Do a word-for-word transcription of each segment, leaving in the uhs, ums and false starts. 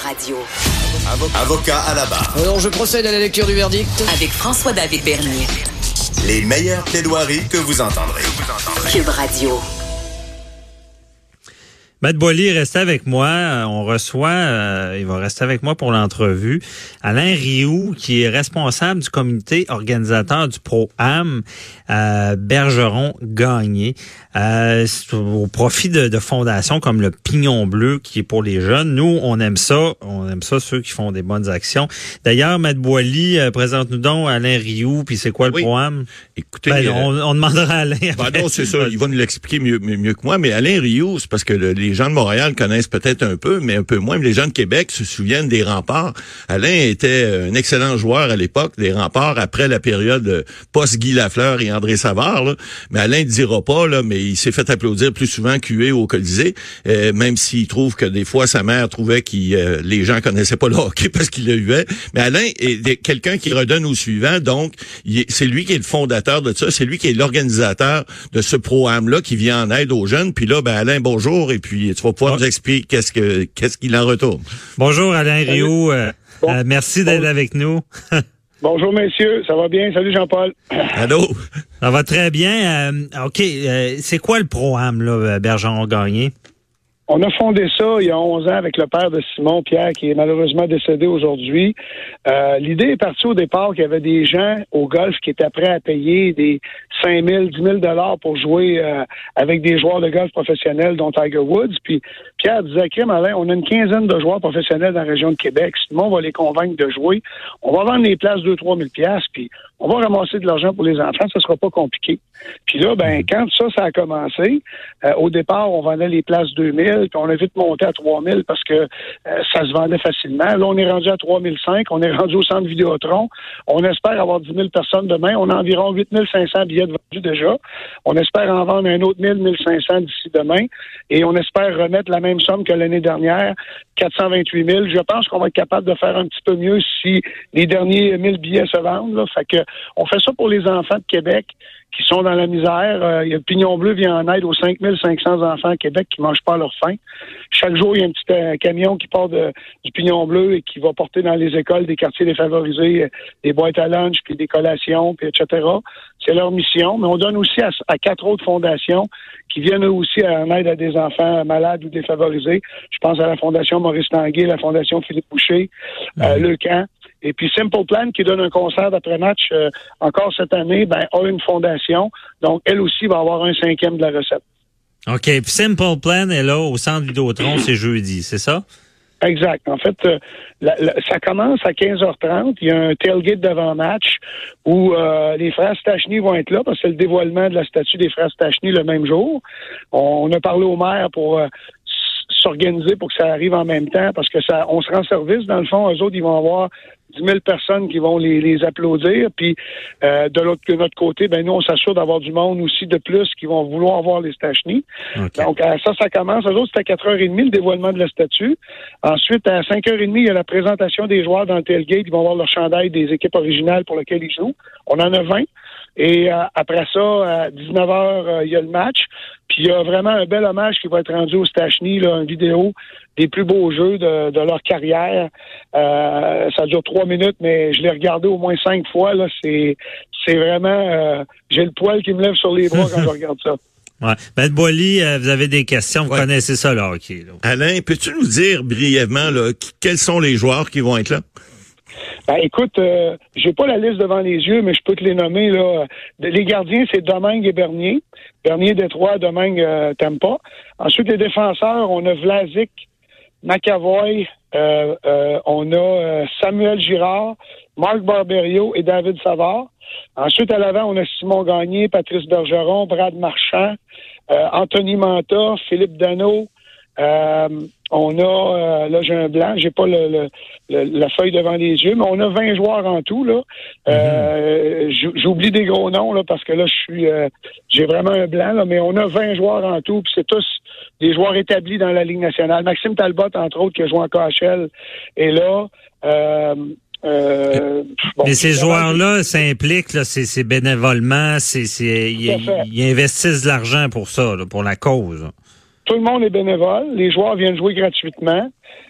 Radio. Avocat à la barre. Alors, je procède à la lecture du verdict. Avec François-David Bernier. Les meilleures plaidoiries que vous entendrez. Cube Radio. Maître Boily, restez avec moi. On reçoit, euh, il va rester avec moi pour l'entrevue, Alain Rioux, qui est responsable du comité organisateur du Pro-Am euh, Bergeron-Gagné, euh, au profit de, de fondations comme le Pignon Bleu, qui est pour les jeunes. Nous, on aime ça. On aime ça, ceux qui font des bonnes actions. D'ailleurs, Maître Boily, euh, présente-nous donc Alain Rioux, puis c'est quoi le oui. Pro-Am? Écoutez, ben, euh, on, on demandera à Alain. Ben non, c'est ça. Il va nous l'expliquer mieux, mieux, mieux que moi. Mais Alain Rioux, c'est parce que le, les gens de Montréal connaissent peut-être un peu, mais un peu moins. Mais les gens de Québec se souviennent des Remparts. Alain était un excellent joueur à l'époque des Remparts, après la période post-Guy Lafleur et André Savard. Là. Mais Alain ne dira pas, là, mais il s'est fait applaudir plus souvent qu'U A au Colisée, euh, même s'il trouve que des fois sa mère trouvait que euh, les gens connaissaient pas le hockey parce qu'il le huait. Mais Alain est quelqu'un qui redonne au suivant, donc il est, c'est lui qui est le fondateur de ça, c'est lui qui est l'organisateur de ce Pro-Am-là qui vient en aide aux jeunes. Puis là, ben Alain, bonjour, et puis tu vas pouvoir nous expliquer qu'est-ce que qu'est-ce qu'il en retourne. Bonjour Alain Rioux, euh, bon. euh, merci d'être bon. avec nous. Bonjour messieurs, ça va bien? Salut Jean-Paul. Allô? Ça va très bien. Euh, OK, euh, c'est quoi le Pro-Am, là, Bergeron-Gagné? On a fondé ça il y a onze ans avec le père de Simon, Pierre, qui est malheureusement décédé aujourd'hui. Euh, l'idée est partie au départ qu'il y avait des gens au golf qui étaient prêts à payer des cinq mille, dix mille dollars pour jouer euh, avec des joueurs de golf professionnels, dont Tiger Woods. Puis Pierre disait, Crème, Alain, on a une quinzaine de joueurs professionnels dans la région de Québec. Simon va les convaincre de jouer. On va vendre les places deux à trois mille dollars, puis on va ramasser de l'argent pour les enfants. Ça sera pas compliqué. Puis là, ben quand ça, ça a commencé, euh, au départ, on vendait les places deux mille, puis on a vite monté à trois mille parce que euh, ça se vendait facilement. Là, on est rendu à trois mille cinq, on est rendu au centre Vidéotron. On espère avoir dix mille personnes demain. On a environ huit mille cinq cents billets de vendus déjà. On espère en vendre un autre mille, mille cinq cents d'ici demain. Et on espère remettre la même somme que l'année dernière, quatre cent vingt-huit mille. Je pense qu'on va être capable de faire un petit peu mieux si les derniers mille billets se vendent. Là. Fait que on fait ça pour les enfants de Québec qui sont dans la misère. Euh, il y a le Pignon Bleu vient en aide aux cinq mille cinq cents enfants à Québec qui mangent pas à leur faim. Chaque jour, il y a un petit euh, camion qui part de, du Pignon Bleu et qui va porter dans les écoles des quartiers défavorisés euh, des boîtes à lunch, puis des collations, puis et cetera. C'est leur mission. Mais on donne aussi à, à quatre autres fondations qui viennent eux aussi en aide à des enfants malades ou défavorisés. Je pense à la Fondation Maurice Tanguay, la Fondation Philippe Boucher, euh, mmh. Le Camp. Et puis Simple Plan, qui donne un concert d'après-match euh, encore cette année, ben a une fondation. Donc, elle aussi va avoir un cinquième de la recette. OK. Puis Simple Plan est là au centre Vidéotron, c'est jeudi, c'est ça? Exact. En fait, euh, la, la, ça commence à quinze heures trente. Il y a un tailgate d'avant-match où euh, les frères Stachny vont être là parce que c'est le dévoilement de la statue des frères Stachny le même jour. On a parlé au maire pour euh, s'organiser pour que ça arrive en même temps parce que ça, on se rend service. Dans le fond, eux autres, ils vont avoir dix mille personnes qui vont les, les applaudir. Puis euh, de l'autre de notre côté, ben nous, on s'assure d'avoir du monde aussi de plus qui vont vouloir voir les Stachny. Okay. Donc euh, ça, ça commence. Eux autres, c'est à quatre heures trente le dévoilement de la statue. Ensuite, à cinq heures trente, il y a la présentation des joueurs dans le tailgate. Ils vont voir leur chandail des équipes originales pour lesquelles ils jouent. On en a vingt. Et euh, après ça, à dix-neuf heures, euh, il y a le match. Puis il y a vraiment un bel hommage qui va être rendu aux Stachny, là, une vidéo des plus beaux jeux de, de leur carrière. Euh, ça dure trois minutes, mais je l'ai regardé au moins cinq fois. Là, c'est, c'est vraiment... Euh, j'ai le poil qui me lève sur les bras quand je regarde ça. Ouais. Maître Boily, euh, vous avez des questions, vous ouais. connaissez ça, là, OK. Là. Alain, peux-tu nous dire brièvement là, quels sont les joueurs qui vont être là? Ben, écoute, euh, j'ai pas la liste devant les yeux, mais je peux te les nommer, là. Les gardiens, c'est Domingue et Bernier. Bernier, Détroit, Domingue, euh, Tampa. Ensuite, les défenseurs, on a Vlasic, McAvoy, euh, euh, on a euh, Samuel Girard, Marc Barberio et David Savard. Ensuite, à l'avant, on a Simon Gagné, Patrice Bergeron, Brad Marchand, euh, Anthony Manta, Philippe Danault. Euh, on a, euh, là j'ai un blanc, j'ai pas le, le, le, la feuille devant les yeux, mais on a vingt joueurs en tout, là. Euh, mm-hmm. J'oublie des gros noms, là, parce que là, je suis, euh, j'ai vraiment un blanc, là, mais on a vingt joueurs en tout, puis c'est tous des joueurs établis dans la Ligue nationale. Maxime Talbot, entre autres, qui a joué en K H L, est là. Euh, Euh, bon, mais ces joueurs-là s'impliquent, là, c'est, c'est bénévolement, c'est, c'est, ils, ils investissent de l'argent pour ça, là, pour la cause. Tout le monde est bénévole. Les joueurs viennent jouer gratuitement.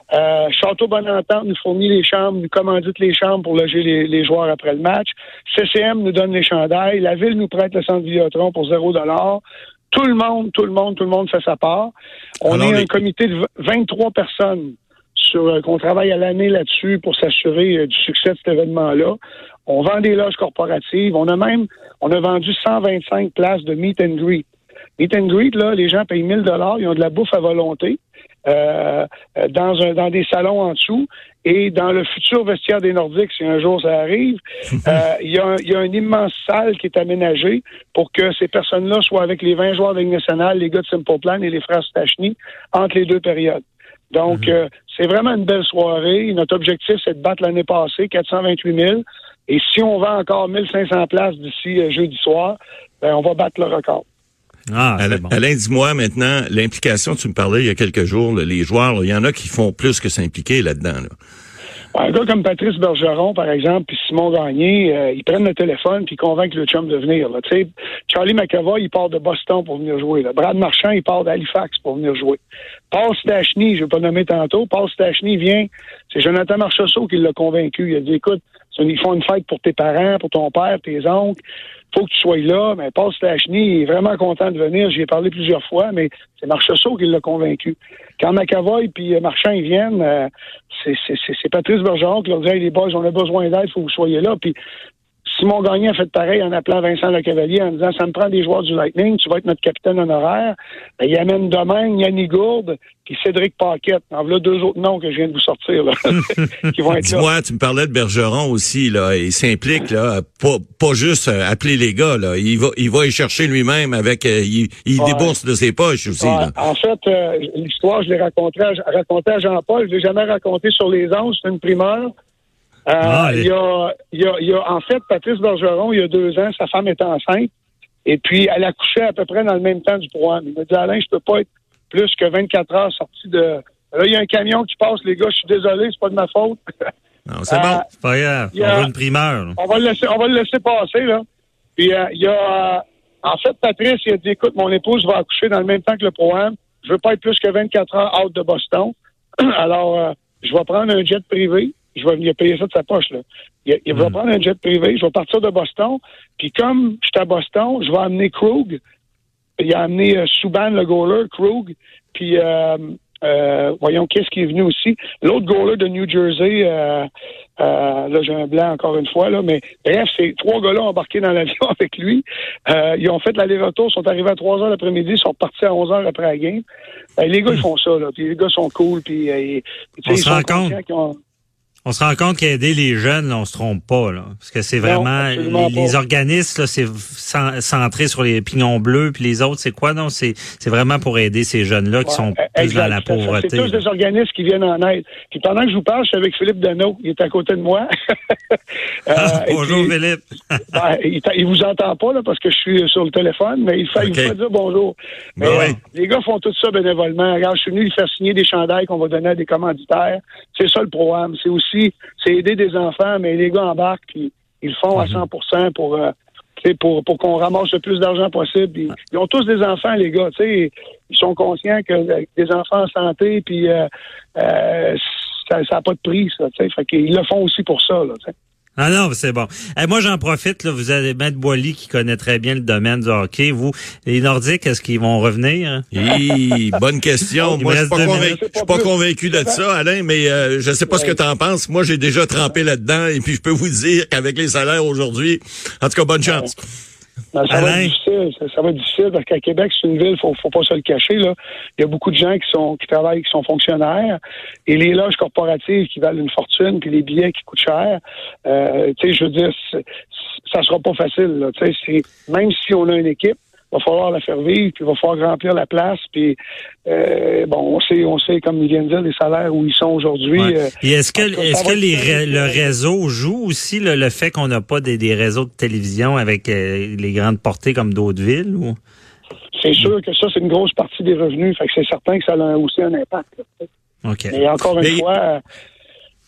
Euh, Château Bonentente nous fournit les chambres, nous commandite les chambres pour loger les, les joueurs après le match. C C M nous donne les chandails. La ville nous prête le centre Vidéotron pour zéro dollar. Tout le monde, tout le monde, tout le monde fait sa part. On Alors, est les... un comité de vingt-trois personnes sur euh, qu'on travaille à l'année là-dessus pour s'assurer euh, du succès de cet événement-là. On vend des loges corporatives. On a même, on a vendu cent vingt-cinq places de meet and greet. Meet and greet, là, les gens payent mille dollars, ils ont de la bouffe à volonté euh, dans un dans des salons en dessous. Et dans le futur vestiaire des Nordiques, si un jour ça arrive, euh, il y a un, il y a une immense salle qui est aménagée pour que ces personnes-là soient avec les vingt joueurs de Ligue nationale, les gars de Simple Plan et les frères Stachny entre les deux périodes. Donc, mm-hmm. euh, c'est vraiment une belle soirée. Notre objectif, c'est de battre l'année passée, quatre cent vingt-huit mille. Et si on vend encore mille cinq cents places d'ici euh, jeudi soir, ben, on va battre le record. Ah, Alain, bon. Alain, dis-moi maintenant, l'implication, tu me parlais il y a quelques jours, là, les joueurs, il y en a qui font plus que s'impliquer là-dedans. Là. Un gars comme Patrice Bergeron, par exemple, puis Simon Gagné, euh, ils prennent le téléphone puis ils convainquent le chum de venir. Là. Tu sais, Charlie McAvoy, il part de Boston pour venir jouer. Là. Brad Marchand, il part d'Halifax pour venir jouer. Paul Stachny, je ne vais pas nommer tantôt, Paul Stachny vient, c'est Jonathan Marchessault qui l'a convaincu. Il a dit, écoute, ils font une fête pour tes parents, pour ton père, tes oncles. Faut que tu sois là. Mais Paul Stachny est vraiment content de venir. J'y ai parlé plusieurs fois, mais c'est Marchessault qui l'a convaincu. Quand McAvoy puis Marchand ils viennent, euh, c'est, c'est, c'est, c'est Patrice Bergeron qui leur dit hey, les boys, on a besoin d'aide, faut que vous soyez là. Puis Simon Gagné a fait pareil en appelant Vincent Lecavalier en disant ça me prend des joueurs du Lightning, tu vas être notre capitaine honoraire. Ben, il amène demain Yannick Gourde puis Cédric Paquette. En voilà deux autres noms que je viens de vous sortir là, qui vont être Dis-moi, là. Tu me parlais de Bergeron aussi, là. Il s'implique, là, pas, pas juste euh, appeler les gars, là. Il va, il va y chercher lui-même avec, euh, il, il ouais. débourse de ses poches aussi, ouais. là. En fait, euh, l'histoire, je l'ai racontée à, racontée à Jean-Paul. Je l'ai jamais racontée sur les ondes. C'est une primeur. Euh, ah, il, y a, il, y a, il y a, en fait, Patrice Bergeron, il y a deux ans, sa femme était enceinte. Et puis, elle accouchait à peu près dans le même temps du programme. Il m'a dit, Alain, je peux pas être plus que vingt-quatre heures sorti de... Là, il y a un camion qui passe, les gars, je suis désolé, c'est pas de ma faute. Non, c'est euh, bon. C'est pas grave. On a, veut une primeur. Là. On va le laisser, on va le laisser passer, là. Puis, euh, il y a... Euh, en fait, Patrice, il a dit, écoute, mon épouse va accoucher dans le même temps que le programme. Je veux pas être plus que vingt-quatre heures out de Boston. Alors, euh, je vais prendre un jet privé. Je vais venir payer ça de sa poche, là. Il, il va mmh. prendre un jet privé, je vais partir de Boston, puis comme je suis à Boston, je vais amener Krug, il a amené euh, Subban, le goaler, Krug, puis euh, euh, voyons, qu'est-ce qui est venu aussi? L'autre goaler de New Jersey, euh, euh, là, j'ai un blanc encore une fois, là, mais bref, ces trois gars-là ont embarqué dans l'avion avec lui. Euh, ils ont fait l'aller-retour, sont arrivés à trois heures l'après-midi, ils sont repartis à onze heures après la game. Ben, les gars, ils font ça, là, puis les gars sont cool, puis euh, ils sont conscients qu'ils ont... On se rend compte qu'aider les jeunes, là, on se trompe pas, là, parce que c'est vraiment non, les, les organismes, là, c'est centré sur les pignons bleus, puis les autres, c'est quoi non C'est c'est vraiment pour aider ces jeunes-là qui ouais, sont plus exact, dans la pauvreté. C'est tous là. Des organismes qui viennent en aide. Puis pendant que je vous parle, je suis avec Philippe Danault, il est à côté de moi. euh, ah, bonjour puis, Philippe. ben, il, il vous entend pas là parce que je suis sur le téléphone, mais il fait, okay. il vous fait dire bonjour. Ben mais, ouais. euh, les gars font tout ça bénévolement. Regarde, je suis venu lui faire signer des chandails qu'on va donner à des commanditaires. C'est ça le programme. C'est aussi c'est aider des enfants, mais les gars embarquent, puis ils le font à cent pour cent pour, euh, pour, pour qu'on ramasse le plus d'argent possible. Ils, ils ont tous des enfants, les gars. Ils sont conscients que des enfants en santé, puis euh, euh, ça n'a pas de prix, ça. Fait qu'ils le font aussi pour ça. Là, t'sais. Ah non, c'est bon. Hey, moi, j'en profite. Là, vous avez Maître Boily qui connaît très bien le domaine du hockey. Vous, les Nordiques, est-ce qu'ils vont revenir? Hi, bonne question. Moi, je suis pas, convaincu, je suis pas convaincu de ça, Alain, mais euh, je sais pas ce que tu en penses. Moi, j'ai déjà trempé là-dedans et puis je peux vous dire qu'avec les salaires aujourd'hui, en tout cas, bonne chance. Ben, ça, va être difficile, ça, ça va être difficile parce qu'à Québec, c'est une ville, faut, faut pas se le cacher, là. Il y a beaucoup de gens qui sont, qui travaillent, qui sont fonctionnaires, et les loges corporatives qui valent une fortune, puis les billets qui coûtent cher. Euh, tu sais, je veux dire, ça sera pas facile, là. Tu sais, même si on a une équipe, il va falloir la faire vivre, puis il va falloir remplir la place, puis euh, bon, on sait, on sait, comme ils viennent de dire, les salaires où ils sont aujourd'hui. Ouais. Euh, Et est-ce que, est-ce que les ré, le réseau joue aussi le, le fait qu'on n'a pas des, des réseaux de télévision avec euh, les grandes portées comme d'autres villes? Ou? C'est sûr que ça, c'est une grosse partie des revenus, fait que c'est certain que ça a aussi un impact. Là. OK. Mais encore une Mais... fois...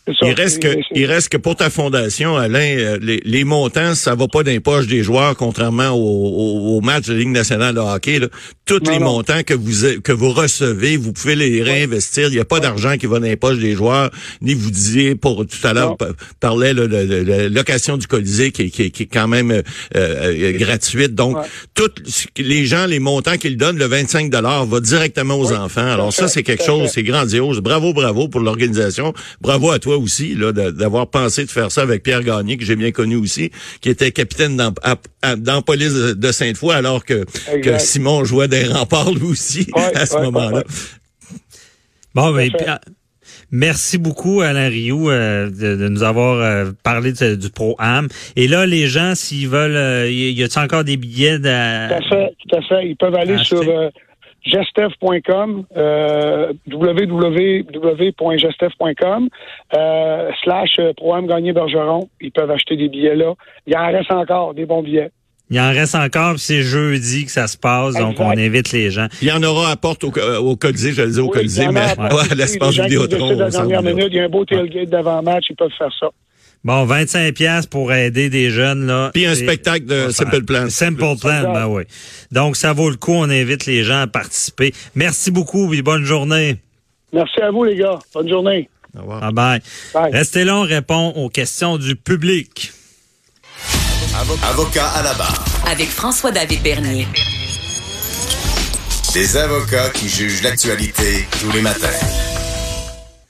Il reste que, il reste que pour ta fondation, Alain, les, les montants, ça va pas dans les poches des joueurs, contrairement au, au, au match de Ligue nationale de hockey, là. Tous non, les non. montants que vous, que vous recevez, vous pouvez les réinvestir. Il n'y a pas ouais. d'argent qui va dans les poches des joueurs, ni vous disiez, pour tout à l'heure, parlait là, de, de, de la location du Colisée qui, qui, qui est quand même euh, euh, gratuite. Donc, ouais. tous les gens, les montants qu'ils donnent, le vingt-cinq dollars va directement aux oui. enfants. Alors ça, c'est quelque chose, c'est grandiose. Bravo, bravo pour l'organisation. Bravo à toi aussi, là, d'avoir pensé de faire ça avec Pierre Gagné, que j'ai bien connu aussi, qui était capitaine dans, à, à, dans Police de Sainte-Foy, alors que, que Simon jouait des remparts lui aussi ouais, à ce ouais, moment-là. Ouais. Bon, ben, merci beaucoup, Alain Rioux, euh, de, de nous avoir euh, parlé de, du Pro-Am. Et là, les gens, s'ils veulent, euh, y a-t-il encore des billets? De... Tout à fait, tout à fait. Ils peuvent aller sur euh, gestev point com, euh, w w w point gestev point com, euh, slash Pro-Am Gagné Bergeron. Ils peuvent acheter des billets là. Il en reste encore, des bons billets. Il en reste encore, puis c'est jeudi que ça se passe, exact. Donc on invite les gens. Il y en aura à porte au, au Colisée, je le dis au oui, Colisée, mais à, ouais, à l'espace Vidéotron. La dernière minute, il y a un beau tailgate d'avant-match, ils peuvent faire ça. Bon, vingt-cinq piastres pour aider des jeunes, là. Puis un spectacle de Simple Plan. Simple Plan, ben oui. Donc, ça vaut le coup. On invite les gens à participer. Merci beaucoup et bonne journée. Merci à vous, les gars. Bonne journée. Au revoir. Bye bye. Bye. Restez là, on répond aux questions du public. Avocat à la barre. Avec François-David Bernier. Des avocats qui jugent l'actualité tous les matins.